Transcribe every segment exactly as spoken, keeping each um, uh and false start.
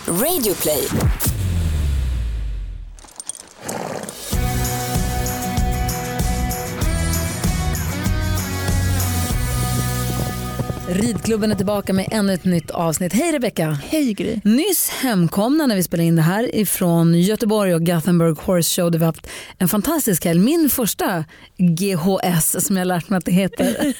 Radioplay. Ridklubben är tillbaka med ännu ett nytt avsnitt. Hej Rebecka. Hej Gry. Nyss hemkomna när vi spelade in det här ifrån Göteborg och Gothenburg Horse Show där vi haft en fantastisk helg. Min första G H S som jag lärt mig att det heter.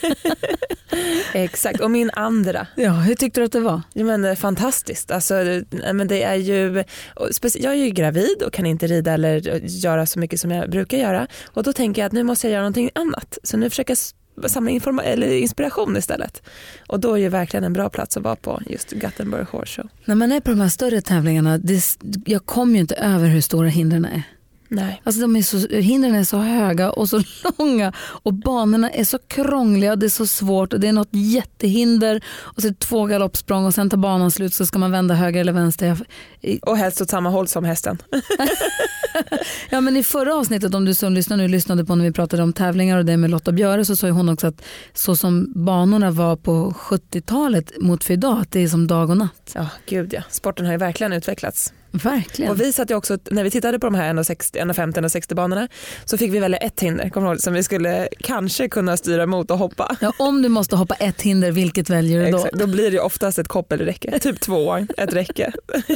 Exakt, och min andra. Ja, hur tyckte du att det var? Ja, men, fantastiskt. Alltså, men det är ju, jag är ju gravid och kan inte rida eller göra så mycket som jag brukar göra. Och då tänker jag att nu måste jag göra någonting annat. Så nu försöker jag samla informa- eller inspiration istället. Och då är ju verkligen en bra plats att vara på just Gothenburg Horse Show. När man är på de här större tävlingarna, det, jag kommer ju inte över hur stora hindren är. Nej. Alltså de är så, hindren är så höga och så långa och banorna är så krångliga och det är så svårt och det är något jättehinder och så är det två galoppsprång och sen tar banan slut så ska man vända höger eller vänster. Och helst åt samma håll som hästen. Ja, men i förra avsnittet, om du som lyssnar nu lyssnade på när vi pratade om tävlingar och det med Lotta Björe, så sa hon också att så som banorna var på sjuttiotalet mot för idag, att det är som dag och natt. Ja, gud ja. Sporten har ju verkligen utvecklats. Verkligen. Och vi satt ju också, när vi tittade på de här en femtio och sextio banorna så fick vi välja ett hinder, kommer du ihåg, som vi skulle kanske kunna styra mot och hoppa. Ja, om du måste hoppa ett hinder, vilket väljer du då? Exakt, då blir det ju oftast ett koppelräcke, typ två, ett räcke.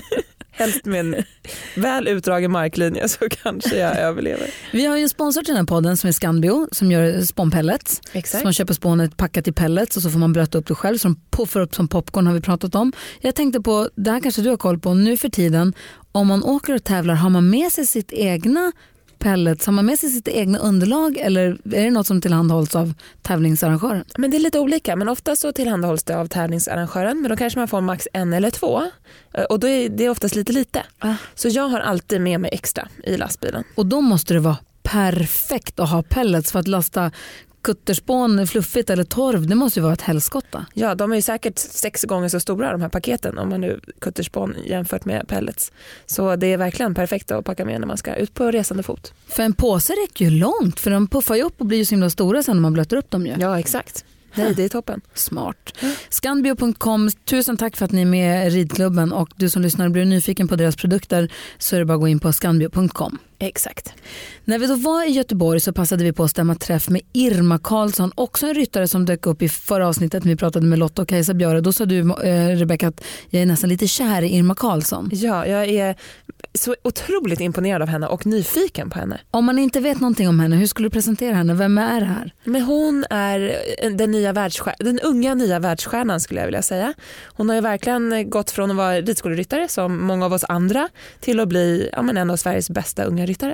Helst med en väl utdragen marklinje så kanske jag överlever. Vi har ju en sponsor till den här podden som är Scanbio som gör spånpellets. Exakt. Så man köper spånet packat i pellets och så får man blöta upp det själv så de puffar upp som popcorn, har vi pratat om. Jag tänkte på, det här kanske du har koll på nu för tiden, om man åker och tävlar, har man med sig sitt egna pellets, har man med sig sitt egna underlag eller är det något som tillhandahålls av tävlingsarrangören? Men det är lite olika, men ofta så tillhandahålls det av tävlingsarrangören, men då kanske man får max en eller två och då är det oftast lite lite. Ah. Så jag har alltid med mig extra i lastbilen. Och då måste det vara perfekt att ha pellets för att lasta kutterspån, fluffigt eller torv, det måste ju vara ett helskotta. Ja, de är ju säkert sex gånger så stora de här paketen om man nu kutterspån jämfört med pellets. Så det är verkligen perfekt att packa med när man ska ut på resande fot. För en påse räcker ju långt, för de puffar ju upp och blir ju så himla stora sen när man blöter upp dem ju. Ja, exakt. Nej, det är toppen. Smart. Scanbio punkt com, tusen tack för att ni är med i ridklubben och du som lyssnar blir nyfiken på deras produkter så är det bara att gå in på scanbio punkt com. Exakt. När vi då var i Göteborg så passade vi på att stämma träff med Irma Karlsson, också en ryttare som dök upp i förra avsnittet när vi pratade med Lotta och Kajsa Björe. Då sa du, eh, Rebecka, att jag är nästan lite kär i Irma Karlsson. Ja, jag är så otroligt imponerad av henne och nyfiken på henne. Om man inte vet någonting om henne, hur skulle du presentera henne? Vem är det här? Men hon är den, nya världsstjär- den unga nya världsstjärnan skulle jag vilja säga. Hon har ju verkligen gått från att vara ridskoleryttare som många av oss andra till att bli ja, men en av Sveriges bästa unga ryttare.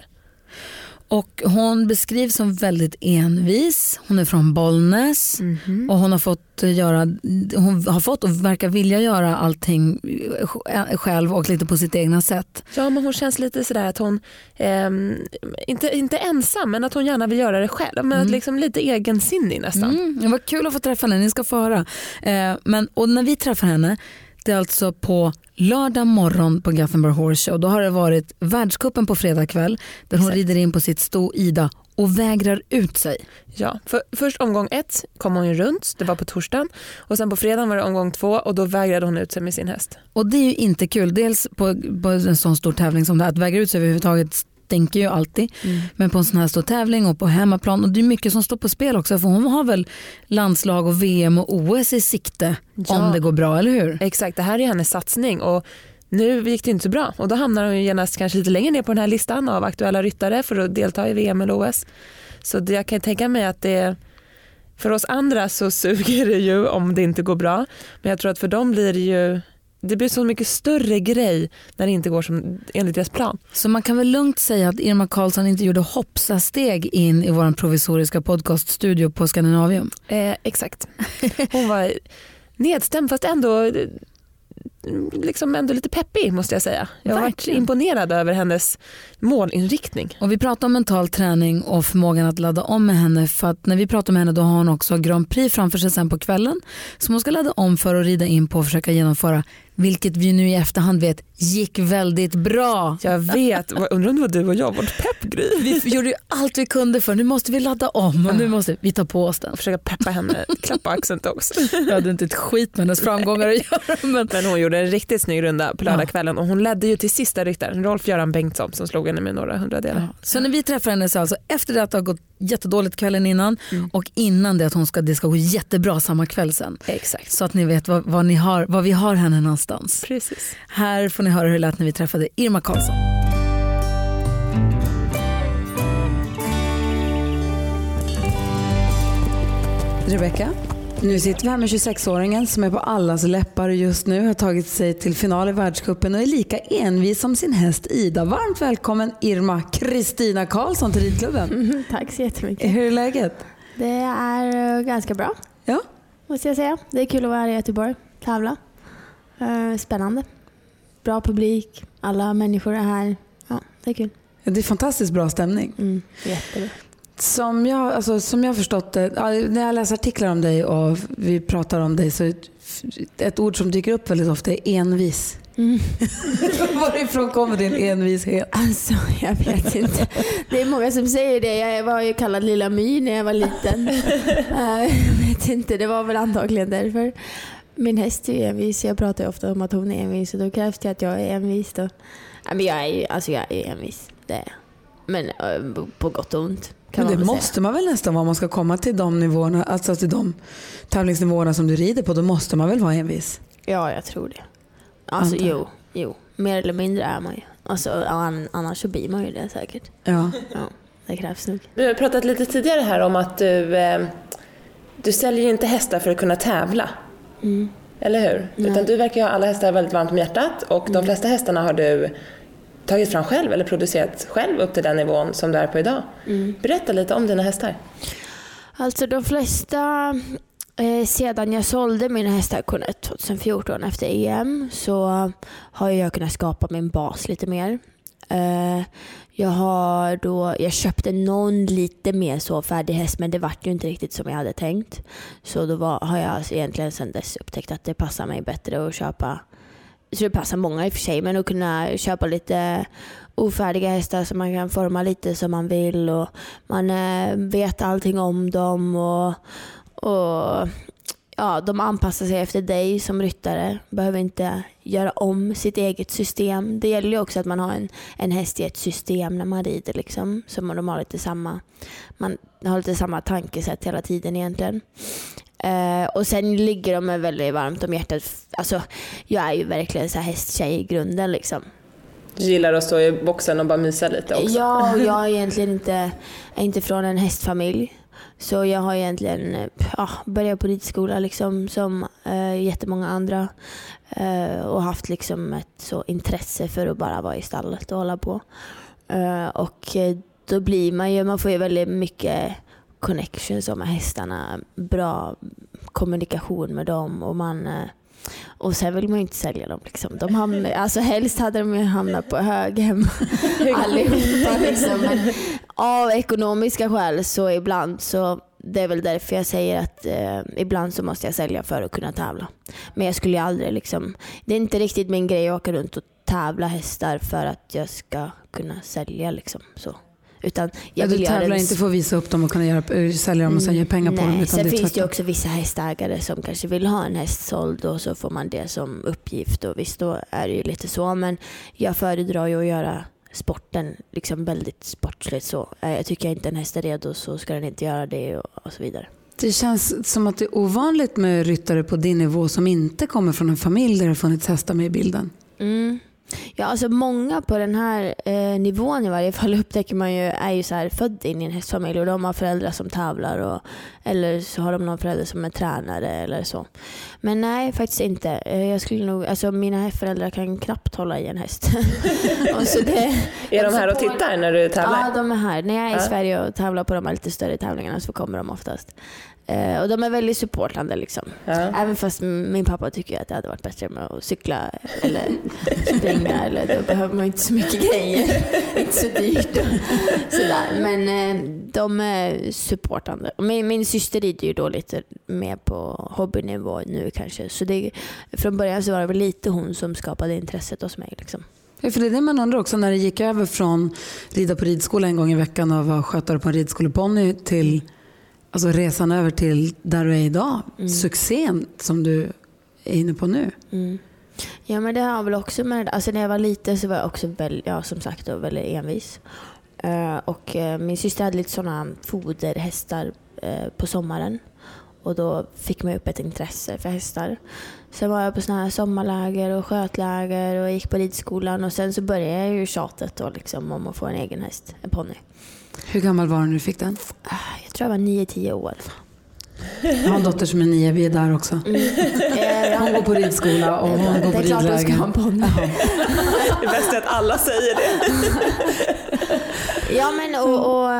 Och hon beskrivs som väldigt envis. Hon är från Bollnäs mm-hmm. och hon har fått göra, hon har fått och verkar vilja göra allting själv och lite på sitt egna sätt. Ja, men hon känns lite sådär att hon eh, inte, inte ensam, men att hon gärna vill göra det själv. Men mm. liksom lite egensinnig nästan. Mm, det var kul att få träffa henne, ni ska få höra. Eh, men, och när vi träffar henne, det är alltså på lördag morgon på Gothenburg Horse Show. Då har det varit världscupen på fredag kväll där hon Exakt. rider in på sitt sto Ida och vägrar ut sig. Ja, för först omgång ett kom hon ju runt, det var på torsdagen. Och sen på fredagen var det omgång två och då vägrade hon ut sig med sin häst. Och det är ju inte kul, dels på, på en sån stor tävling som det här, att vägra ut sig överhuvudtaget stänker ju alltid. Mm. Men på en sån här stor tävling och på hemmaplan, och det är mycket som står på spel också, för hon har väl landslag och V M och O S i sikte ja. om det går bra, eller hur? Exakt, det här är hennes satsning och nu gick det inte så bra och då hamnar hon ju genast kanske lite längre ner på den här listan av aktuella ryttare för att delta i V M eller O S. Så det, jag kan tänka mig att det för oss andra så suger det ju om det inte går bra, men jag tror att för dem blir det ju det blir så mycket större grej när det inte går som enligt deras plan. Så man kan väl lugnt säga att Irma Karlsson inte gjorde hoppsasteg in i vår provisoriska podcaststudio på Skandinavium? Eh, exakt. Hon var nedstämd fast ändå liksom ändå lite peppig måste jag säga. Jag var verkligen imponerad över hennes målinriktning. Och vi pratar om mental träning och förmågan att ladda om med henne, för att när vi pratar med henne då har hon också Grand Prix framför sig sen på kvällen som hon ska ladda om för att rida in på och försöka genomföra vilket vi nu i efterhand vet gick väldigt bra. Jag vet, undrar om det var du och jag, vårt peppgry. Vi gjorde ju allt vi kunde för, nu måste vi ladda om och nu måste vi ta på oss den. Försöka peppa henne, klappa axeln också. Jag hade inte ett skit med hennes framgångar att göra. Men, men hon gjorde en riktigt snygg runda på lördagskvällen och hon ledde ju till sista ryttaren, Rolf-Göran Bengtsson, som slog henne med några hundradelar. Ja. Så när vi träffar henne så alltså efter det att det har gått jättedåligt kvällen innan mm. och innan det att hon ska, det ska gå jättebra samma kväll sen. Exakt. Så att ni vet vad, vad, ni har, vad vi har henne någonstans. Precis. Här får ni höra hur det lät när vi träffade Irma Karlsson. Rebecca, nu sitter vi här med tjugosex-åringen som är på allas läppar just nu, har tagit sig till final i världscupen och är lika envis som sin häst Ida. Varmt välkommen Irma Kristina Karlsson till ridklubben. Mm, tack så jättemycket. Hur är läget? Det är uh, ganska bra. Ja. Måste jag säga. Det är kul att vara i Göteborg, tävla. Uh, spännande. Bra publik, alla människor är här. Ja, det är kul. Ja, det är fantastiskt bra stämning. Mm, jättebra. Som jag, alltså, som jag har förstått det, när jag läser artiklar om dig och vi pratar om dig, så ett ord som dyker upp väldigt ofta är envis. Mm. Varifrån kommer din envishet? Alltså, jag vet inte. Det är många som säger det. Jag var ju kallad Lilla My när jag var liten. Jag vet inte, det var väl antagligen därför. Min häst är envis. Jag pratar ju ofta om att hon är envis och då krävs det att jag är envis då. Men jag är ju, alltså jag är envis. Det är. Men på gott och ont. Men det måste man väl nästan vara om man ska komma till de nivåerna, alltså till de tävlingsnivåerna som du rider på, då måste man väl vara envis? Ja, jag tror det. Alltså jo, jo, mer eller mindre är man ju. Alltså annars så blir man ju det säkert. Ja. Ja, det krävs nog. Du har pratat lite tidigare här om att du, eh, du säljer inte hästar för att kunna tävla. Mm. Eller hur? Nej. Utan du verkar ha alla hästar väldigt varmt om hjärtat och mm. de flesta hästarna har du tagit fram själv eller producerat själv upp till den nivån som du är på idag. Mm. Berätta lite om dina hästar. Alltså de flesta, eh, sedan jag sålde mina hästar tjugo fjorton efter E M så har jag kunnat skapa min bas lite mer. Eh, jag har då, jag köpte någon lite mer så färdig häst men det var ju inte riktigt som jag hade tänkt. Så då var, har jag alltså egentligen sedan dess upptäckt att det passar mig bättre att köpa. Så det passar många i och för sig, men att kunna köpa lite ofärdiga hästar som man kan forma lite som man vill och man eh, vet allting om dem och, och ja, de anpassar sig efter dig som ryttare. Behöver inte göra om sitt eget system. Det gäller ju också att man har en, en häst i ett system när man rider liksom, så man har lite samma, man har lite samma tankesätt hela tiden egentligen. Uh, och sen ligger de väldigt varmt om hjärtat. Alltså, jag är ju verkligen så här hästtjej i grunden liksom. Du gillar att stå i boxen och bara mysa lite också? Ja, och jag är egentligen inte, är inte från en hästfamilj. Så jag har egentligen ja, börjat på ridskola liksom, som uh, jättemånga andra. Uh, och haft liksom ett så intresse för att bara vara i stallet och hålla på. Uh, och då blir man ju, man får ju väldigt mycket connections med hästarna, bra kommunikation med dem och man och sen vill man ju inte sälja dem liksom. De hamnar, alltså helst hade de ju hamnat på hög hemma allihopa liksom. Men av ekonomiska skäl så ibland så det är väl därför jag säger att eh, ibland så måste jag sälja för att kunna tävla. Men jag skulle ju aldrig liksom, det är inte riktigt min grej att åka runt och tävla hästar för att jag ska kunna sälja liksom så. Utan jag ja, vill du tävlar göra inte för att visa upp dem och kunna göra, sälja dem och sen ge pengar på Nej, dem. Utan sen det finns det också vissa hästägare som kanske vill ha en häst såld och så får man det som uppgift och visst då är det ju lite så, men jag föredrar ju att göra sporten liksom väldigt sportsligt så. Jag tycker inte en häst är redo så ska den inte göra det och, och så vidare. Det känns som att det är ovanligt med ryttare på din nivå som inte kommer från en familj där det har funnits hästar med i bilden. Mm. Ja, alltså många på den här eh, nivån i varje fall upptäcker man ju är ju så här född in i en hästfamilj och de har föräldrar som tävlar och, eller så har de någon förälder som är tränare eller så. Men nej, faktiskt inte. Eh, jag skulle nog, alltså mina föräldrar kan knappt hålla i en häst. och så det, är de här och tittar när du tävlar? Ja, de är här. När jag är i ja. Sverige och tävlar på de här lite större tävlingarna så kommer de oftast. Eh, och de är väldigt supportande liksom. Ja. Även fast min pappa tycker att det hade varit bättre med att cykla eller springa eller då behöver man inte så mycket grejer. Inte så dyrt och sådär. Men eh, de är supportande. Min, min syster rider ju då lite mer på hobbynivå nu kanske. Så det, från början så var det väl lite hon som skapade intresset hos mig liksom. Ja, för det är det man undrar också när det gick över från rida på ridskola en gång i veckan och vara skötare på en ridskoleponny till alltså resan över till där du är idag. Mm. Succén som du är inne på nu. Mm. Ja, men det har väl också med alltså när jag var liten så var jag också väl, ja, som sagt då, väldigt envis. Uh, och uh, min syster hade lite sådana foderhästar uh, på sommaren. Och då fick man upp ett intresse för hästar. Sen var jag på såna här sommarläger och skötläger och gick på ridskolan. Och sen så började jag ju tjatet då liksom om att få en egen häst, en ponny. Hur gammal var du när du fick den? Jag tror jag var nio tio år. Jag har en dotter som är nio, vi är där också. Mm. Hon går på ridskola och hon går på ridläger. Det är klart hon ska ha en ponny. Det bästa är att alla säger det. Ja, men och... och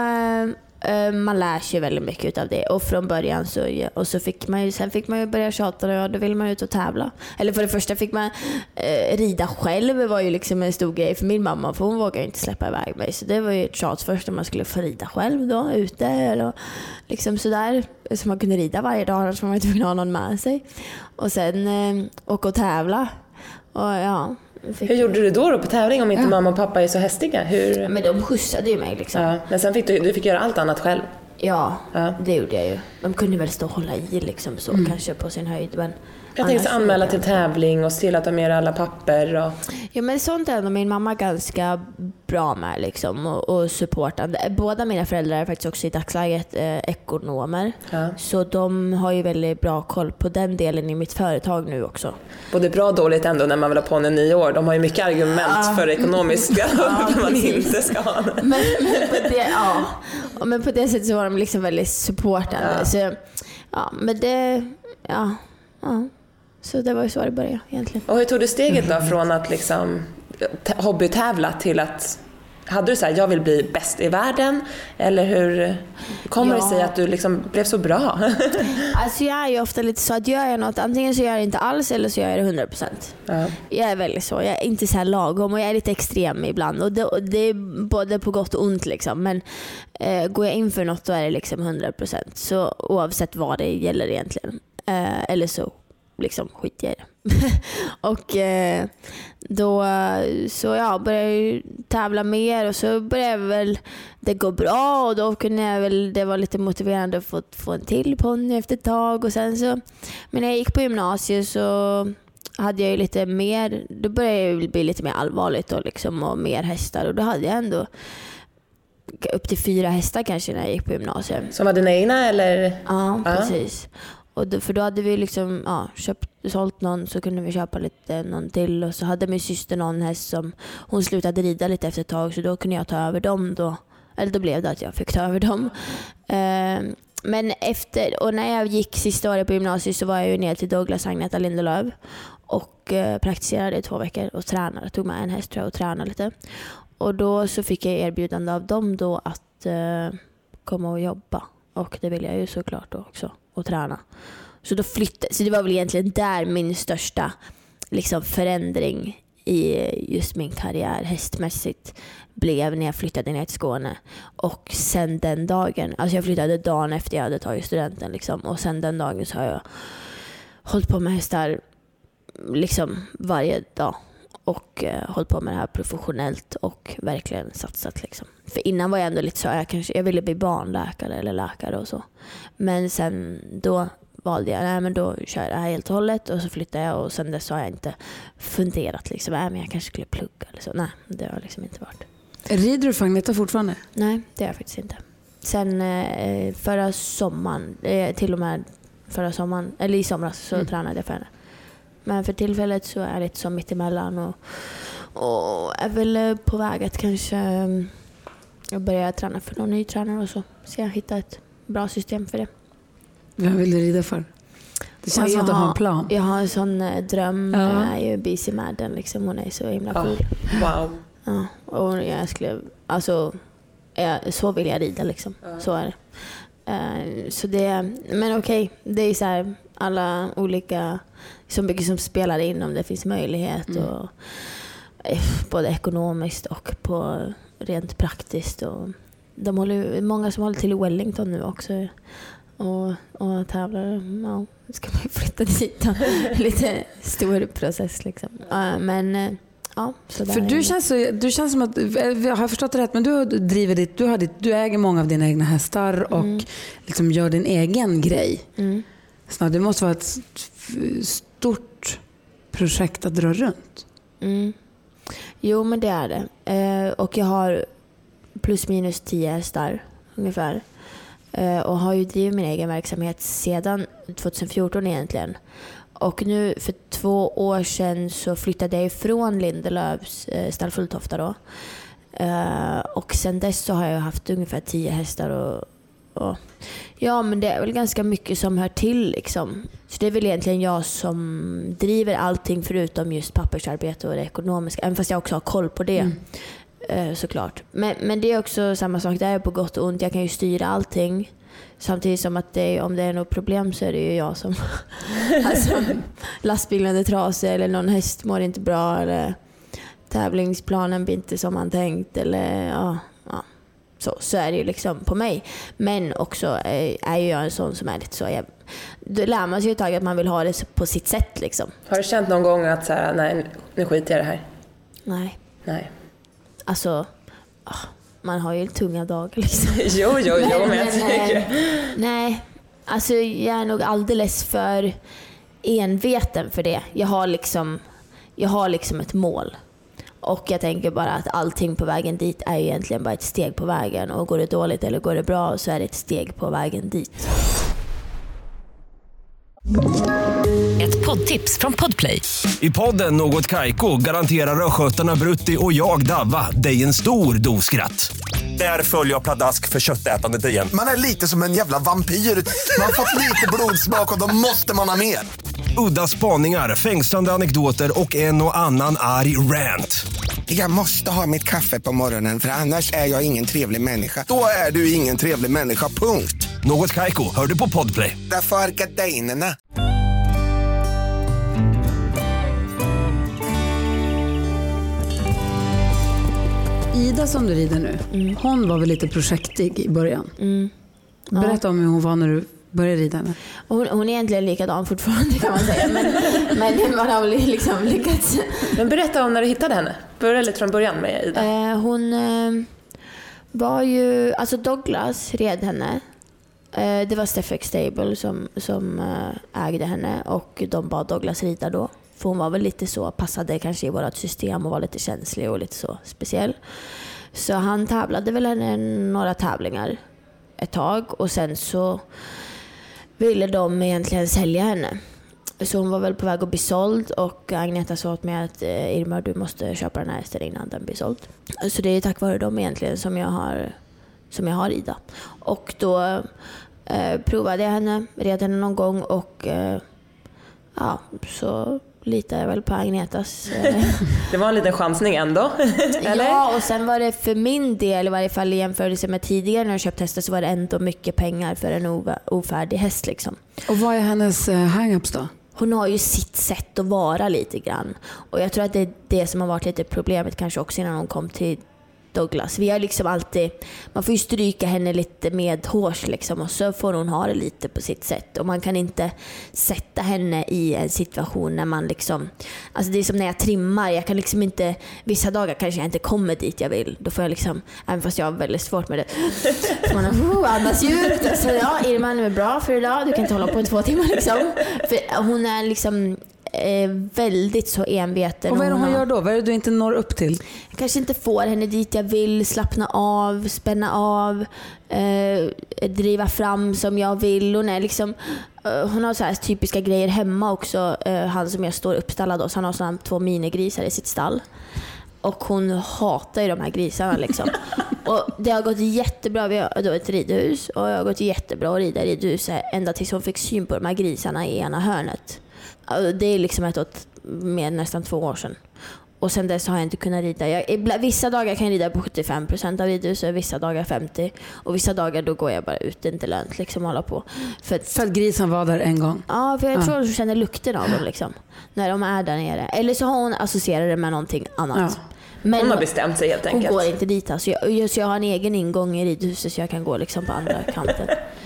man lär sig väldigt mycket av det och från början så och så fick man ju sen fick man ju börja tjata och då vill man ut och tävla. Eller för det första fick man eh, rida själv var ju liksom en stor grej för min mamma för hon vågade inte släppa iväg mig så det var ju ett tjat först om man skulle få rida själv då ute eller liksom så där så man kunde rida varje dag annars var man inte tvungen att ha någon med sig. Och sen eh, åka och tävla. Och ja Hur gjorde du då, då på tävling om inte ja. mamma och pappa är så hästiga? Hur... Men de skjutsade ju mig liksom. Ja, men sen fick du, du fick göra allt annat själv. Ja, ja, det gjorde jag ju. De kunde väl stå och hålla i liksom så mm. kanske på sin höjd. Men jag tänkte anmäla till tävling och se till att de ger alla papper. Och... Ja, men sånt är min mamma ganska bra med liksom och, och supportande. Båda mina föräldrar är faktiskt också i dagsläget eh, ekonomer. Ja. Så de har ju väldigt bra koll på den delen i mitt företag nu också. Både bra och dåligt ändå när man vill ha på en nio år. De har ju mycket argument ja. för ekonomiska ja, man inte ska ha det. Men, men, på det, ja. men på det sättet så var de liksom väldigt supportande. Ja. Så, ja, men det... Ja, ja. Så det var ju så det började egentligen. Och hur tog du steget då från att liksom t- hobbytävla till att hade du så här, jag vill bli bäst i världen eller hur kommer ja. det sig att du liksom blev så bra? Alltså jag är ju ofta lite så att gör jag något antingen så gör jag det inte alls eller så gör jag det hundra procent. Ja. Jag är väldigt så, jag är inte så här lagom och jag är lite extrem ibland och det, och det är både på gott och ont liksom men eh, går jag in för något då är det liksom hundra procent så oavsett vad det gäller egentligen eh, eller så liksom skit i det. och eh, då så ja, började jag tävla mer och så började väl det gå bra och då kunde jag väl, det var lite motiverande att få, få en till ponny efter ett tag och sen så, men när jag gick på gymnasiet så hade jag ju lite mer, då började det bli lite mer allvarligt och liksom och mer hästar och då hade jag ändå upp till fyra hästar kanske när jag gick på gymnasiet. Som var dina egna eller? Ja, precis. Och då, för då hade vi liksom ja, köpt, sålt någon så kunde vi köpa lite någon till och så hade min syster någon häst som hon slutade rida lite efter ett tag så då kunde jag ta över dem då, eller då blev det att jag fick ta över dem. Uh, men efter, och när jag gick sista året på gymnasiet så var jag ju ner till Douglas Agneta Lindelöv och uh, praktiserade i två veckor och tränade, tog med en häst tror jag och tränade lite. Och då så fick jag erbjudande av dem då att uh, komma och jobba och det ville jag ju såklart då också. Och träna. Så då flyttade, så det var väl egentligen där min största liksom förändring i just min karriär hästmässigt blev när jag flyttade ner till Skåne. Och sen den dagen, alltså jag flyttade dagen efter jag hade tagit studenten liksom, och sen den dagen så har jag hållit på med hästar liksom varje dag och eh, hållit på med det här professionellt och verkligen satsat liksom. För innan var jag ändå lite så jag kanske jag ville bli barnläkare eller läkare och så. Men sen då valde jag nej men då kör jag det här helt och hållet och så flyttade jag och sen dess har jag inte funderat liksom nej men jag kanske skulle plugga eller så. Nej, det har liksom inte varit. Rider du Agneta fortfarande? Nej, det har jag faktiskt inte. Sen eh, förra sommaren eh, till och med förra sommaren eller i somras så mm. tränade jag för henne. Men för tillfället så är det lite som mitt emellan och, och är väl på väg att kanske jag börjar träna för någon ny tränare och så. Så jag hittar ett bra system för det. Vem vill du rida för? Det känns som att du har en plan. Jag har en sån eh, dröm. Ja. Jag är ju busy med den liksom. Hon är så himla cool. Oh, wow. Ja, och jag skulle, alltså, jag, så vill jag rida liksom. Ja. Så är det. Uh, så det, men okej, okay, det är så här alla olika så mycket som spelar in om det finns möjlighet mm. och eh, både ekonomiskt och på rent praktiskt och de håller många som håller till i Wellington nu också och, och tävlar. Ja, ska man flytta dit då. Lite stor process liksom. Uh, men uh, ja, så för du känns, så, du känns som att, jag har förstått det rätt, men du driver ditt, du, har ditt, du äger många av dina egna hästar och mm. liksom gör din egen grej. Mm. Så det måste vara ett stort projekt att dra runt. Mm. Jo, men det är det. Uh, och jag har plus minus tio hästar ungefär. Uh, och har ju drivit min egen verksamhet sedan tjugohundrafjorton egentligen. Och nu för två år sedan så flyttade jag ifrån Lindelövs uh, stall Fulltofta då. Uh, och sen dess så har jag haft ungefär tio hästar och, och ja, men det är väl ganska mycket som hör till liksom. Så det är väl egentligen jag som driver allting förutom just pappersarbete och det ekonomiska. Även fast jag också har koll på det. Mm. Såklart. Men, men det är också samma sak där på gott och ont. Jag kan ju styra allting. Samtidigt som att det, om det är något problem så är det ju jag som alltså, lastbilen är trasig eller någon häst mår inte bra eller tävlingsplanen blir inte som man tänkt eller ja, ja. Så, så är det ju liksom på mig. Men också är, är ju jag en sån som är lite så jag, då lär man sig ju ett tag att man vill ha det på sitt sätt liksom. Har du känt någon gång att så här, nej, nu skiter jag det här? Nej. Nej. Alltså, man har ju tunga dagar liksom. jo, jo, jo, men, men jag tycker. Nej, alltså jag är nog alldeles för enveten för det. Jag har liksom, jag har liksom ett mål. Och jag tänker bara att allting på vägen dit är egentligen bara ett steg på vägen. Och går det dåligt eller går det bra så är det ett steg på vägen dit. Ett poddtips från Podplay. I podden Något Kaiko garanterar röskötarna Brutti och jag Davva dig en stor doskratt. Där följer jag pladask för köttätandet igen. Man är lite som en jävla vampyr. Man har fått lite blodsmak och då måste man ha mer. Udda spaningar, fängslande anekdoter och en och annan arg rant. Jag måste ha mitt kaffe på morgonen för annars är jag ingen trevlig människa. Då är du ingen trevlig människa, punkt. Något Kaiko, hör du på Podplay. Därför är gardinerna. Ida som du rider nu, mm. hon var väl lite projektig i början. Mm. Ja. Berätta om hur hon var när du började rida henne. Hon, hon är egentligen likadan fortfarande kan man säga. Men, men man har väl liksom lyckats. Men berätta om när du hittade henne. Börja lite från början med Ida. Eh, hon eh, var ju, alltså Douglas red henne. Eh, det var Steffex Stable som, som eh, ägde henne. Och de bad Douglas rida då. För hon var väl lite så, passade kanske i vårt system och var lite känslig och lite så speciell. Så han tävlade väl henne några tävlingar ett tag. Och sen så ville de egentligen sälja henne. Så hon var väl på väg att bli såld. Och Agneta sa åt mig att Irma, du måste köpa den här hästen innan den blir såld. Så det är tack vare dem egentligen som jag har, som jag har Ida. Och då eh, provade jag henne, red henne någon gång och eh, ja, så litar jag väl på Agnetas. Eh. Det var en liten chansning ändå, eller? Ja, och sen var det för min del, i varje fall i jämförelse med tidigare när jag köpt hästar, så var det ändå mycket pengar för en ofärdig häst liksom. Och vad är hennes eh, hang-ups då? Hon har ju sitt sätt att vara lite grann. Och jag tror att det är det som har varit lite problemet kanske också innan hon kom till Douglas. Vi har liksom alltid, man får ju stryka henne lite med hårs liksom, och så får hon ha det lite på sitt sätt. Och man kan inte sätta henne i en situation när man liksom, alltså det är som när jag trimmar, jag kan liksom inte, vissa dagar kanske jag inte kommer dit jag vill. Då får jag liksom, även fast jag har väldigt svårt med det, så man har, oh, andas djupt. Så ja, Irma, nu är bra för idag, du kan inte hålla på i två timmar liksom. För hon är liksom Eh, väldigt så enveten. Och vad är det hon, hon gör då? Vad är det du inte når upp till? Jag kanske inte får henne dit jag vill, slappna av, spänna av, eh, driva fram som jag vill. Hon är liksom, eh, hon har så här typiska grejer hemma också. Eh, han som jag står uppstallad då, så han har såna två minigrisar i sitt stall. Och hon hatar ju de här grisarna liksom. Och det har gått jättebra. Vi har då ett ridhus och det har gått jättebra att rida i ridhuset ända tills hon fick syn på de här grisarna i ena hörnet. Det är liksom ett åt med nästan två år sedan. Och sen dess har jag inte kunnat rida. Jag, vissa dagar kan jag rida på sjuttiofem procent av ridhuset, vissa dagar femtio. Och vissa dagar då går jag bara ut, det är inte lönt liksom hålla på. För att, för att grisen var där en gång? Ja, för jag ja. tror att hon känner lukten av dem liksom, när de är där nere. Eller så har hon associerat det med någonting annat. Ja. Men hon har bestämt sig helt enkelt. Hon går inte dit. Alltså jag, så jag har en egen ingång i ridhuset så jag kan gå liksom på andra kanten.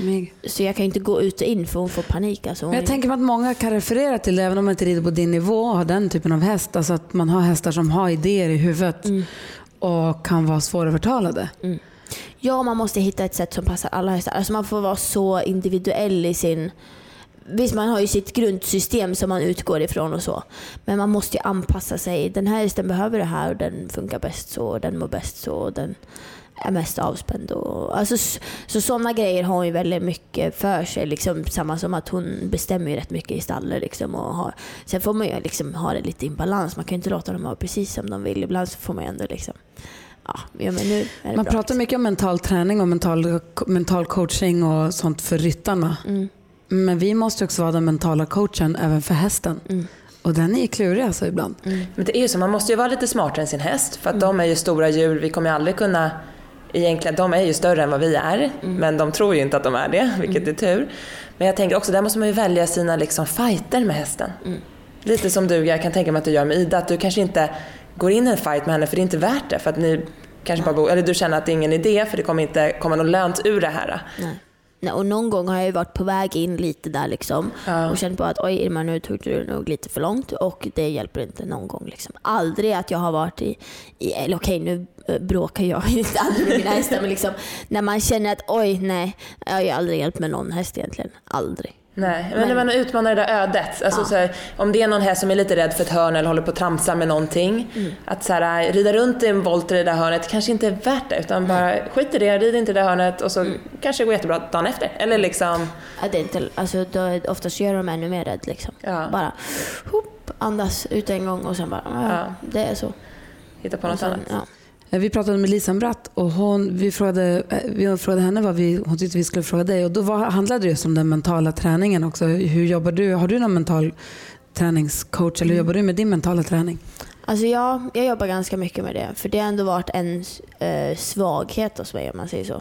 Så jag kan inte gå ut och in för hon får panik. Alltså hon jag är... tänker mig att många kan referera till det, även om man inte rider på din nivå och har den typen av häst. Alltså att man har hästar som har idéer i huvudet mm. och kan vara svårövertalade. Mm. Ja, man måste hitta ett sätt som passar alla hästar. Alltså man får vara så individuell i sin... Visst, man har ju sitt grundsystem som man utgår ifrån och så. Men man måste ju anpassa sig. Den här hästen behöver det här och den funkar bäst så. Och den mår bäst så. Och den är mest avspänd. Och, alltså, så sådana grejer har hon ju väldigt mycket för sig. Liksom, samma som att hon bestämmer ju rätt mycket i stallet. Liksom, och har, sen får man ju liksom ha det lite i balans. Man kan ju inte låta dem ha precis som de vill. Ibland så får man ju ändå liksom... Ja, men nu är det man bra, pratar liksom. mycket om mental träning och mental, mental coaching och sånt för ryttarna. Mm. Men vi måste också vara den mentala coachen även för hästen. Mm. Och den är klurig alltså ibland. Mm. Men det är ju så, man måste ju vara lite smartare än sin häst. För att mm. de är ju stora djur, vi kommer ju aldrig kunna... Egentligen, de är ju större än vad vi är. Mm. Men de tror ju inte att de är det, vilket mm. är tur. Men jag tänker också, där måste man ju välja sina liksom, fighter med hästen. Mm. Lite som du, jag kan tänka mig att du gör med Ida. Att du kanske inte går in i en fight med henne för det är inte värt det. För att ni kanske bara bor, eller du känner att det är ingen idé för det kommer inte komma något lönt ur det här. Nej. Nej, och någon gång har jag ju varit på väg in lite där liksom, ja. Och känt på att oj Irma, nu tog du nog lite för långt och det hjälper inte någon gång liksom. Aldrig att jag har varit i, i eller okej nu bråkar jag inte aldrig med mina hästar, men liksom när man känner att oj nej, jag har ju aldrig hjälpt med någon häst egentligen, aldrig. Nej, men, men när man utmanar det där ödet, alltså, ja. så här, om det är någon häst som är lite rädd för ett hörn eller håller på att tramsa med någonting, mm. att så här, rida runt i en volt i det där hörnet kanske inte är värt det, utan bara mm. skit i det, rid inte i det hörnet och så mm. kanske det går jättebra dagen efter, eller liksom... Ja, det är inte, alltså, då, oftast gör de ännu mer rädd liksom. Ja. Bara hopp, andas ut en gång och sen bara, ja, ja. det är så. Hitta på något sen, annat. Ja. Vi pratade med Lisa Bratt och hon, vi, frågade, vi frågade henne vad vi, hon tyckte vi skulle fråga dig. Och då var, handlade det just om den mentala träningen också. Hur jobbar du? Har du någon mental träningscoach eller hur jobbar du med din mentala träning? Alltså jag, jag jobbar ganska mycket med det. För det har ändå varit en eh, svaghet hos mig om man säger så.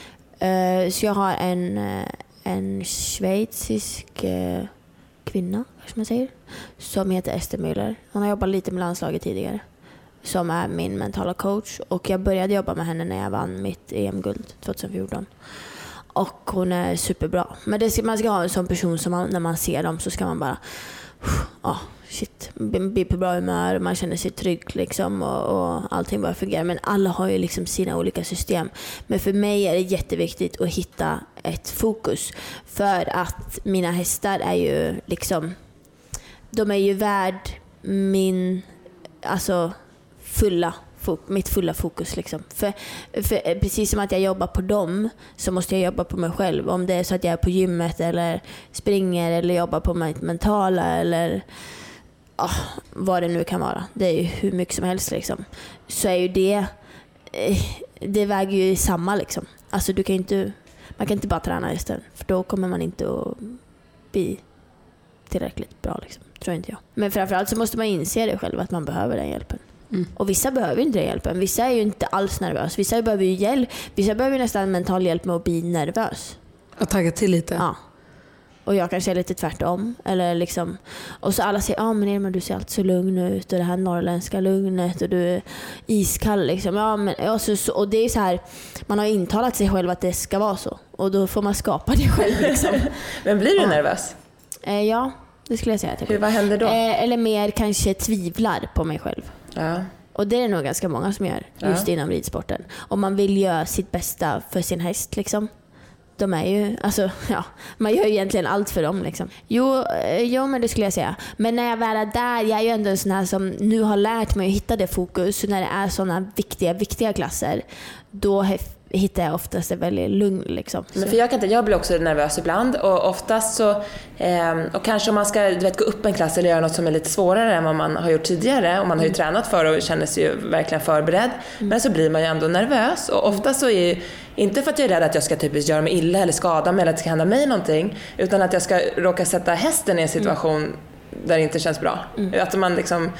Eh, så jag har en, en schweizisk eh, kvinna, som man säger, som heter Esther Müller. Hon har jobbat lite med landslaget tidigare. Som är min mentala coach. Och jag började jobba med henne när jag vann mitt E M-guld tjugohundrafjorton. Och hon är superbra. Men det ska, man ska ha en sån person som man, när man ser dem så ska man bara... Ja, oh, shit. Bli på bra humör. Man känner sig trygg liksom. Och, och allting bara fungerar. Men alla har ju liksom sina olika system. Men för mig är det jätteviktigt att hitta ett fokus. För att mina hästar är ju liksom... De är ju värd min... Alltså... fulla, mitt fulla fokus liksom. För, för precis som att jag jobbar på dem så måste jag jobba på mig själv. Om det är så att jag är på gymmet eller springer eller jobbar på mitt mentala eller oh, vad det nu kan vara. Det är ju hur mycket som helst liksom. Så är ju det det väger ju samma liksom. Alltså du kan inte man kan inte bara träna istället för då kommer man inte att bli tillräckligt bra liksom. Tror inte jag. Men framförallt så måste man inse det själv att man behöver den hjälpen. Mm. Och vissa behöver inte den hjälpen. Vissa är ju inte alls nervösa. Vissa behöver ju hjälp. Vissa behöver nästan mental hjälp med att bli nervös. Och tagga till lite. Ja. Och jag kanske är lite tvärtom. Eller liksom, och så alla säger, ja ah, men Irma, du ser alltid så lugn ut. Och det här norrländska lugnet. Och du är iskall liksom. Ja, men, och, så, och det är så här, man har intalat sig själv att det ska vara så. Och då får man skapa det själv liksom. Men blir du ja. nervös? Eh, ja, det skulle jag säga. Typ. Hur, vad händer då? Eh, eller mer kanske tvivlar på mig själv. Ja. Och det är nog ganska många som gör just ja. inom ridsporten. Om man vill göra sitt bästa för sin häst liksom. De är ju, alltså ja, man gör ju egentligen allt för dem liksom. Jo, jo, men det skulle jag säga. Men när jag väl är där, jag är ju ändå en sån här som nu har lärt mig att hitta det fokus. Så när det är såna viktiga, viktiga klasser, då hittar jag oftast ett väldigt lugn liksom. Men för jag kan inte, jag blir också nervös ibland och oftast så eh, och kanske om man ska du vet, gå upp en klass eller göra något som är lite svårare än vad man har gjort tidigare och man har ju mm. tränat för och känner sig ju verkligen förberedd mm. men så blir man ju ändå nervös och oftast så är ju, inte för att jag är rädd att jag ska typ göra mig illa eller skada mig eller att det ska hända mig någonting utan att jag ska råka sätta hästen i en situation mm. där det inte känns bra. Mm. Att man liksom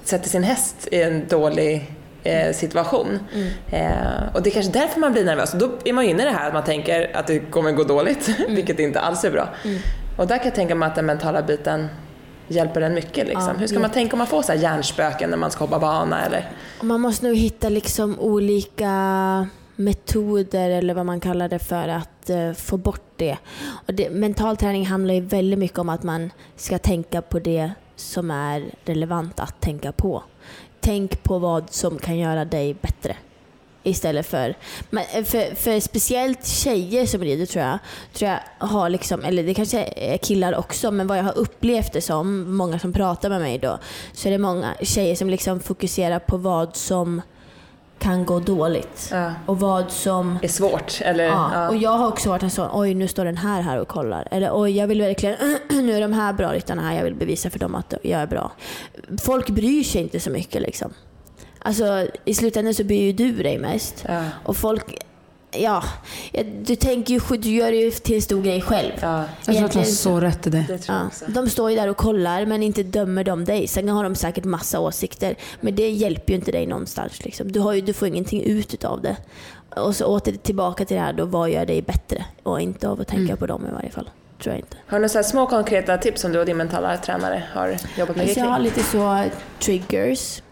sätter sin häst i en dålig eh, situation. Mm. Eh, och det är kanske därför man blir nervös. Då är man inne i det här att man tänker att det kommer gå dåligt, mm. vilket inte alls är bra. Mm. Och där kan jag tänka mig att den mentala biten hjälper den mycket. Liksom. Ja, Hur ska man ja. tänka om man får så här hjärnspöken när man ska hoppa bana? Eller? Man måste nog hitta liksom olika metoder eller vad man kallar det för att uh, få bort det. Och det. Mental träning handlar ju väldigt mycket om att man ska tänka på det som är relevant att tänka på. Tänk på vad som kan göra dig bättre. Istället för, men för, för speciellt tjejer som rider tror jag, tror jag har liksom, eller det kanske är killar också, men vad jag har upplevt det som, många som pratar med mig då, så är det många tjejer som liksom fokuserar på vad som kan gå dåligt. Ja. Och vad som är svårt. Eller, ja. Ja. Och jag har också varit en sån, oj nu står den här här och kollar. Eller oj jag vill verkligen, nu är de här bra ryttarna här, jag vill bevisa för dem att jag är bra. Folk bryr sig inte så mycket liksom. Alltså i slutändan så bryr ju du dig mest. Ja. Och folk, ja, du tänker ju, du gör det ju till en stor grej själv. Ja. Jag tror att du har så rätt i det. det tror jag ja. De står ju där och kollar men inte dömer de dig. Sen har de säkert massa åsikter, men det hjälper ju inte dig någonstans liksom. Du, har ju, du får ingenting ut av det. Och så åter tillbaka till det här då, vad gör dig bättre? Och inte av att tänka mm. på dem i varje fall. Tror jag inte. Har du några små konkreta tips som du och din mentala tränare har jobbat med? Alltså, jag har lite så triggers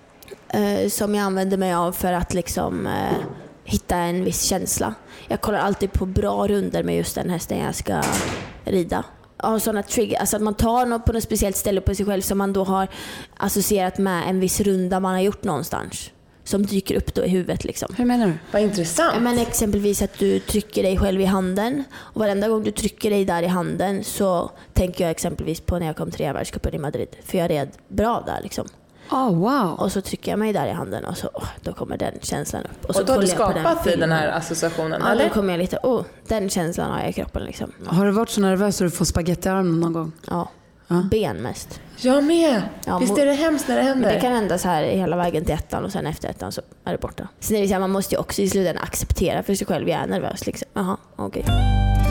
eh, som jag använder mig av för att liksom eh, hitta en viss känsla. Jag kollar alltid på bra runder med just den hästen jag ska rida. Och sådana trigger, alltså att man tar något på något speciellt ställe på sig själv som man då har associerat med en viss runda man har gjort någonstans. Som dyker upp då i huvudet liksom. Hur menar du? Vad intressant. Men exempelvis att du trycker dig själv i handen. Och varenda gång du trycker dig där i handen så tänker jag exempelvis på när jag kom till världscupen i Madrid. För jag red bra där liksom. Oh, wow. Och så trycker jag mig där i handen och så oh, då kommer den känslan upp. Och, så och då har du skapat den, den här associationen? Ja, eller? då kommer jag lite, oh, den känslan har jag i kroppen liksom. Har du varit så nervös att du får spaghetti i armen någon gång? Ja. Ja. Ben mest. Jag med. Ja, Visst är det hemskt när det händer? Men det kan hända så här hela vägen till ettan och sen efter ettan så är det borta. Sen är det så här, man måste ju också i slutändan acceptera för sig själv. Jag är nervös liksom. Jaha, okej. Okay.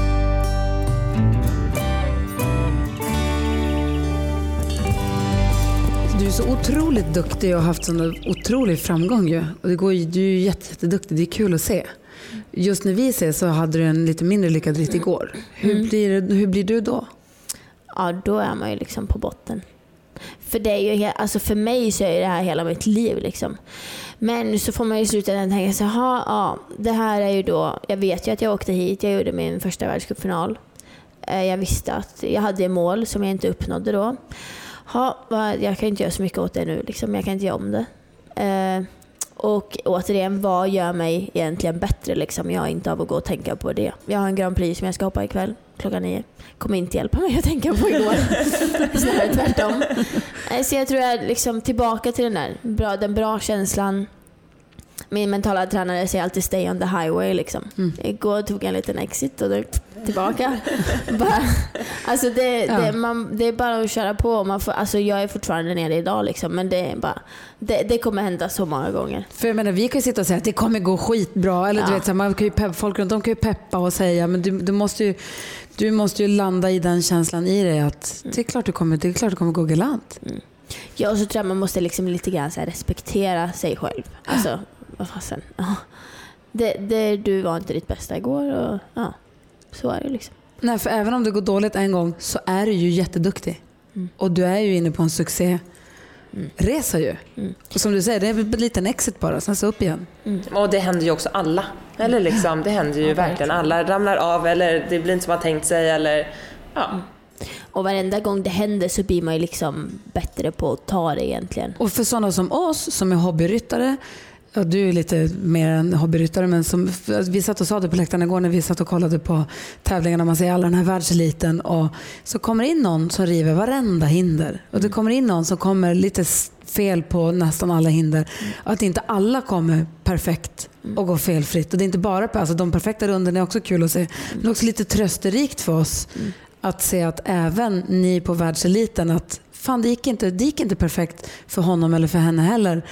Du är så otroligt duktig och har haft sån otrolig framgång ju. Och det går ju, du är ju jätte, jätteduktig. Det är kul att se. Just när vi ses så hade du en lite mindre lyckad ritt igår. Hur, mm. blir, hur blir du då? Ja, då är man ju liksom på botten. För det är ju, alltså för mig så är det här hela mitt liv liksom. Men så får man ju sluta den tänka så här, ja, det här är ju då, jag vet ju att jag åkte hit, jag gjorde min första världscupfinal. Jag visste att jag hade ett mål som jag inte uppnådde då. Ja, jag kan inte göra så mycket åt det nu liksom, jag kan inte göra om det. Och återigen, vad gör mig egentligen bättre liksom? Jag har inte av att gå och tänka på det. Jag har en Grand Prix som jag ska hoppa ikväll klockan nio. Kommer inte hjälpa mig att tänka på igår. Snarare tvärtom. Så jag tror jag liksom tillbaka till den där bra, den bra känslan. Min mentala tränare säger alltid stay on the highway liksom. Mm. Igår tog jag en liten exit och då tillbaka. bara, alltså det, ja. det, man, det är bara att köra på. Man får, alltså jag är fortfarande nere idag liksom, men det är bara det, det kommer hända så många gånger. För jag menar, vi kan ju sitta och säga att det kommer gå skitbra eller ja. du vet så man kan ju peppa, folk runt om kan ju peppa och säga, men du, du måste ju du måste ju landa i den känslan i dig att mm. det är klart du kommer det är klart du kommer gå galant. Mm. Ja, och så tror jag man måste liksom lite grann så här respektera sig själv. Alltså vad fasen. Ja. Det, det, du var inte ditt bästa igår och ja, så är det liksom. Nej, för även om det går dåligt en gång så är du ju jätteduktig. Mm. Och du är ju inne på en succé mm. resa ju. Mm. Och som du säger, det är en liten exit bara, sen så upp igen. Mm. Och det händer ju också alla. Eller liksom, det händer ju ja, verkligen. Alla ramlar av eller det blir inte som man tänkt sig eller ja. Mm. Och varenda gång det händer så blir man ju liksom bättre på att ta det egentligen. Och för sådana som oss som är hobbyryttare, ja, du är lite mer en hobbyryttare, men som, vi satt och sa det på läktaren igår när vi satt och kollade på tävlingarna, man ser alla den här världseliten och så kommer in någon som river varenda hinder och det kommer in någon som kommer lite fel på nästan alla hinder mm. och att inte alla kommer perfekt och går felfritt och det är inte bara på, alltså de perfekta runderna är också kul att se, men också lite trösterikt för oss mm. att se att även ni på världseliten att fan det gick inte, det gick inte perfekt för honom eller för henne heller. Mm.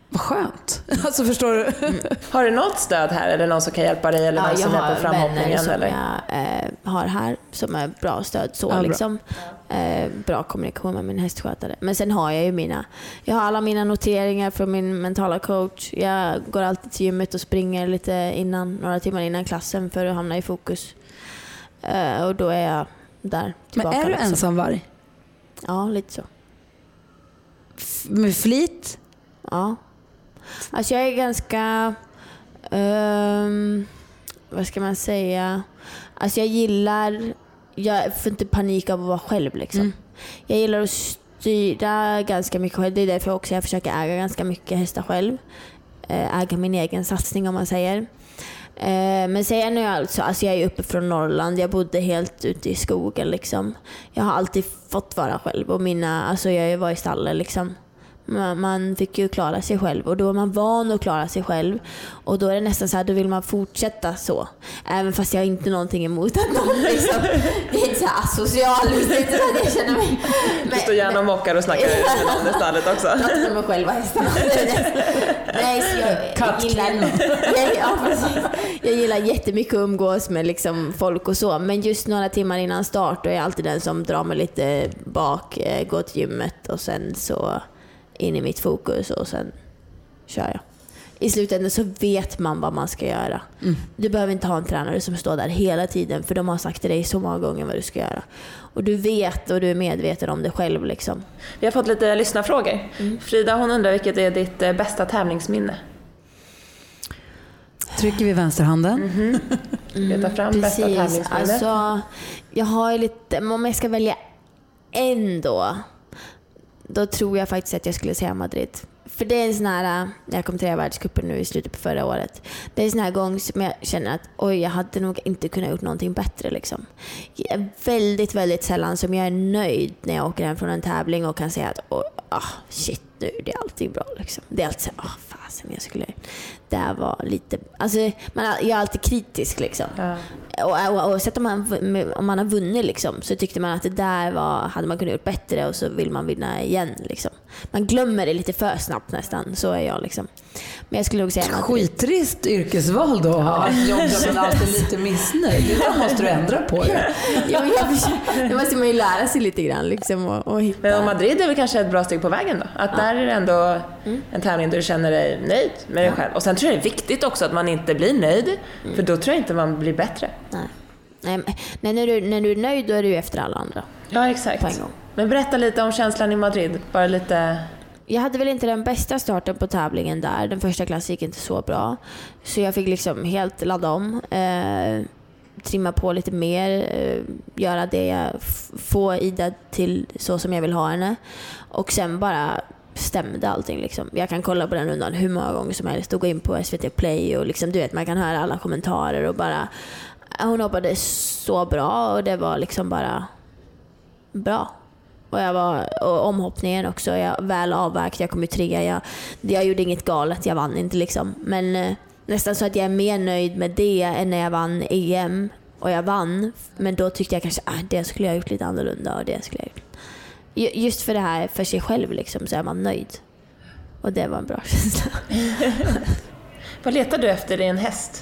Vad skönt. Alltså förstår du? Mm. Har du något stöd här? Eller någon som kan hjälpa dig? Eller ja, någon som jag har hjälper framhoppningen? som eller? jag eh, har här som är bra stöd. Så, ja, liksom. bra. Eh, bra kommunikation med min hästskötare. Men sen har jag ju mina, jag har alla mina noteringar från min mentala coach. Jag går alltid till gymmet och springer lite innan, några timmar innan klassen för att hamna i fokus. Eh, och då är jag där tillbaka. Men är du liksom. ensamvarg? Ja, lite så. F- med flit? Ja. Alltså jag är ganska um, vad ska man säga? Alltså jag gillar, jag får inte panik av att vara själv liksom. Mm. Jag gillar att styra ganska mycket själv. Det är därför också jag försöker äga ganska mycket hästar själv. Äga min egen satsning om man säger. Men sen är jag alltså, alltså jag är uppe från Norrland. Jag bodde helt ute i skogen liksom. Jag har alltid fått vara själv och mina, alltså jag var i stallet liksom. Man fick ju klara sig själv och då är man van att klara sig själv och då är det nästan så här, då vill man fortsätta så, även fast jag har inte någonting emot att någon liksom, det är inte så här asocial, det är inte så att jag känner mig men, du står gärna och mockar och snackar med någon i stallet också. Jag tar mig själva hästarna. Nej, så jag, jag gillar jag, ja, jag gillar jättemycket att umgås med liksom folk och så, men just några timmar innan start då är jag alltid den som drar mig lite bak, går till gymmet och sen så in i mitt fokus och sen kör jag. I slutändan så vet man vad man ska göra. Mm. Du behöver inte ha en tränare som står där hela tiden för de har sagt till dig så många gånger vad du ska göra. Och du vet och du är medveten om det själv liksom. Vi har fått lite lyssnarfrågor. Mm. Frida hon undrar vilket är ditt bästa tävlingsminne? Trycker vi vänsterhanden. Mm-hmm. Mm, ta fram bästa tävlingsminne. Alltså, jag har lite, om jag ska välja en då då tror jag faktiskt att jag skulle säga Madrid. För det är en sån här, jag kom till världscupen nu i slutet på förra året. Det är en sån här gång som jag känner att oj, jag hade nog inte kunnat gjort någonting bättre liksom. Jag är väldigt, väldigt sällan som jag är nöjd när jag åker hem från en tävling och kan säga att oh, ah, shit, nu det är allting bra liksom. Det är alltid så ah, fasen, jag skulle det här var lite, alltså man, jag är alltid kritisk liksom. Ja. Och, och, och sett om man, om man har vunnit liksom, så tyckte man att det där var, hade man kunnat gjort bättre och så vill man vinna igen liksom. Man glömmer det lite för snabbt nästan, så är jag liksom. Men jag skulle nog säga skitrist yrkesval då, ja. Ett jobb där man alltid är lite missnöjd. Det måste du ändra på. Ja. Ja, det måste man ju lära sig lite grann liksom, och, och hitta. Men Madrid är väl kanske ett bra steg på vägen då? Att ja. Där är det ändå mm. en tävling där du känner dig nöjd med dig ja. själv. Och sen tror jag det är viktigt också att man inte blir nöjd, mm. för då tror jag inte man blir bättre. Nej. Nej, men när du, när du är nöjd då är du efter alla andra. Ja, exakt. Men berätta lite om känslan i Madrid. Bara lite... Jag hade väl inte den bästa starten på tävlingen där. Den första klassen gick inte så bra. Så jag fick liksom helt ladda om. Eh, trimma på lite mer. Eh, göra det jag f- får Ida till så som jag vill ha henne. Och sen bara stämde allting liksom. Jag kan kolla på den rundan hur många gånger som helst. Och gå in på S V T Play och liksom, du vet, man kan höra alla kommentarer och bara... Hon hoppade så bra och det var liksom bara bra. Och jag var och omhoppningen också, jag väl avvägt, jag kom ju trea, jag, jag gjorde inget galet, jag vann inte liksom. Men eh, nästan så att jag är mer nöjd med det än när jag vann E M och jag vann. Men då tyckte jag kanske, ah, det skulle jag ha gjort lite annorlunda och det skulle jag gjort. Just för det här, för sig själv liksom, så är man nöjd. Och det var en bra känsla. Vad letar du efter i en häst?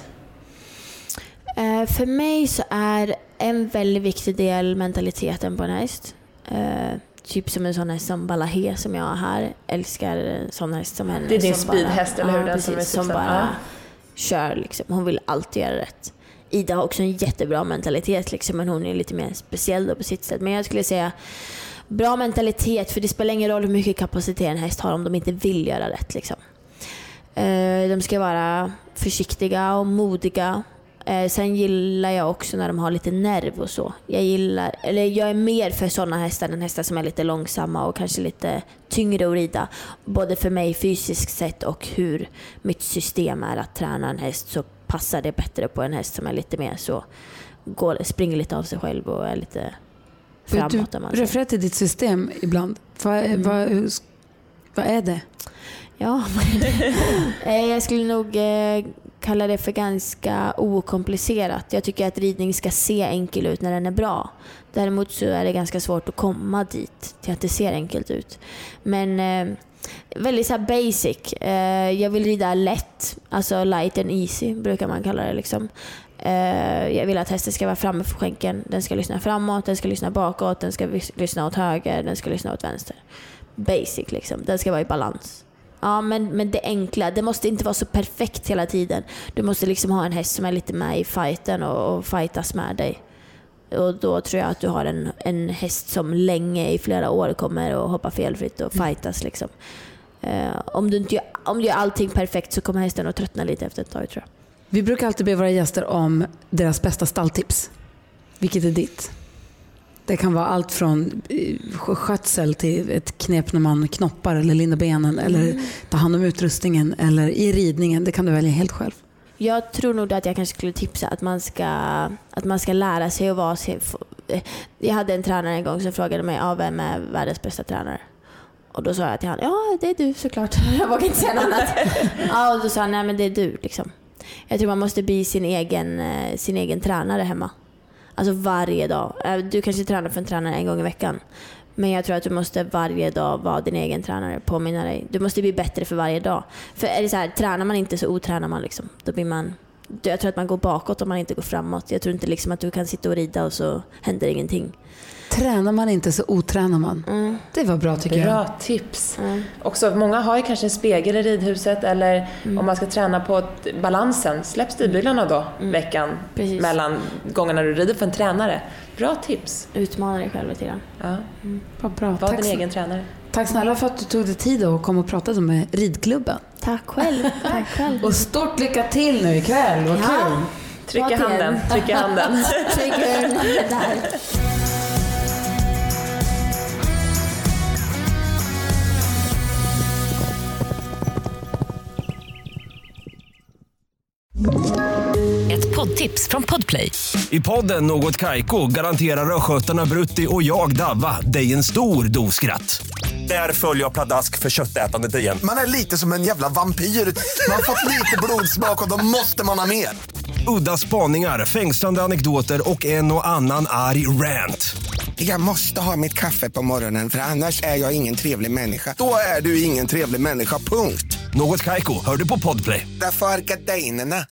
Uh, för mig så är en väldigt viktig del mentaliteten på en häst. Uh, typ som en sån häst som Balahe som jag har här. Älskar en sån häst som henne. Det är din speedhäst, eller hur? Ja, den precis, som, som bara ja. kör liksom. Hon vill alltid göra rätt. Ida har också en jättebra mentalitet liksom, men hon är lite mer speciell då på sitt sätt. Men jag skulle säga bra mentalitet, för det spelar ingen roll hur mycket kapacitet en häst har om de inte vill göra rätt liksom. Uh, de ska vara försiktiga och modiga. Eh, sen gillar jag också när de har lite nerv och så. Jag gillar, eller jag är mer för sådana hästar än hästar som är lite långsamma och kanske lite tyngre att rida. Både för mig fysiskt sett och hur mitt system är att träna en häst, så passar det bättre på en häst som är lite mer så, går, springer lite av sig själv och är lite framåt. Du refererar till ditt system ibland. Vad, mm. vad, vad är det? Ja, jag skulle nog eh, kalla det för ganska okomplicerat. Jag tycker att ridning ska se enkel ut när den är bra. Däremot så är det ganska svårt att komma dit till att det ser enkelt ut. Men eh, väldigt så här basic. Eh, jag vill rida lätt, alltså light and easy brukar man kalla det liksom. Eh, jag vill att hästen ska vara framme för skänken. Den ska lyssna framåt, den ska lyssna bakåt, den ska vis- lyssna åt höger, den ska lyssna åt vänster. Basic liksom, den ska vara i balans. Ja, men, men det enkla, det måste inte vara så perfekt hela tiden. Du måste liksom ha en häst som är lite med i fighten och, och fightas med dig. Och då tror jag att du har en, en häst som länge i flera år kommer att hoppa felfritt och fightas liksom. Uh, om, du inte gör, om du gör allting perfekt så kommer hästen att tröttna lite efter ett tag, tror jag. Vi brukar alltid be våra gäster om deras bästa stalltips. Vilket är ditt? Det kan vara allt från skötsel till ett knep när man knoppar eller lindar benen mm. eller ta hand om utrustningen eller i ridningen. Det kan du välja helt själv. Jag tror nog att jag kanske skulle tipsa att man ska, att man ska lära sig att vara... Jag hade en tränare en gång som frågade mig, ja, vem är världens bästa tränare? Och då sa jag till honom, ja, det är du såklart. Jag vågar inte säga något annat. Ja, och då sa han, nej men det är du liksom. Jag tror man måste bli sin egen, sin egen tränare hemma. Alltså varje dag. Du kanske tränar för en tränare en gång i veckan. Men jag tror att du måste varje dag vara din egen tränare. Påminna dig. Du måste bli bättre för varje dag. För är det så här, tränar man inte så otränar man liksom. Då blir man... Jag tror att man går bakåt om man inte går framåt. Jag tror inte liksom att du kan sitta och rida och så händer ingenting. Tränar man inte så otränar man. Mm. Det var bra tycker bra jag. Bra tips. Mm. Också, många har ju kanske en spegel i ridhuset eller mm. om man ska träna på balansen. Släpp stigbyglarna då mm. veckan Precis. mellan gångerna du rider för en tränare. Bra tips. Utmana dig själv lite grann. Ja. Mm. Bra, bra. Var din egen tränare. Tack snälla för att du tog dig tid och kom och pratade med ridklubben. Tack själv. Tack själv. Och stort lycka till nu ikväll. Vad ja. kul. Tryck i handen. Tryck i handen. Tryck i handen. Där. Ett poddtips från Podplay. I podden Något Kaiko garanterar röskötarna Brutti och jag Davva dig en stor dos skratt. Där följer jag pladask för köttätandet igen. Man är lite som en jävla vampyr. Man har fått lite blodsmak och då måste man ha mer. Udda spaningar, fängslande anekdoter och en och annan arg rant. Jag måste ha mitt kaffe på morgonen för annars är jag ingen trevlig människa. Då är du ingen trevlig människa, punkt. Något Kaiko, hör du på Podplay. Därför är gardinerna.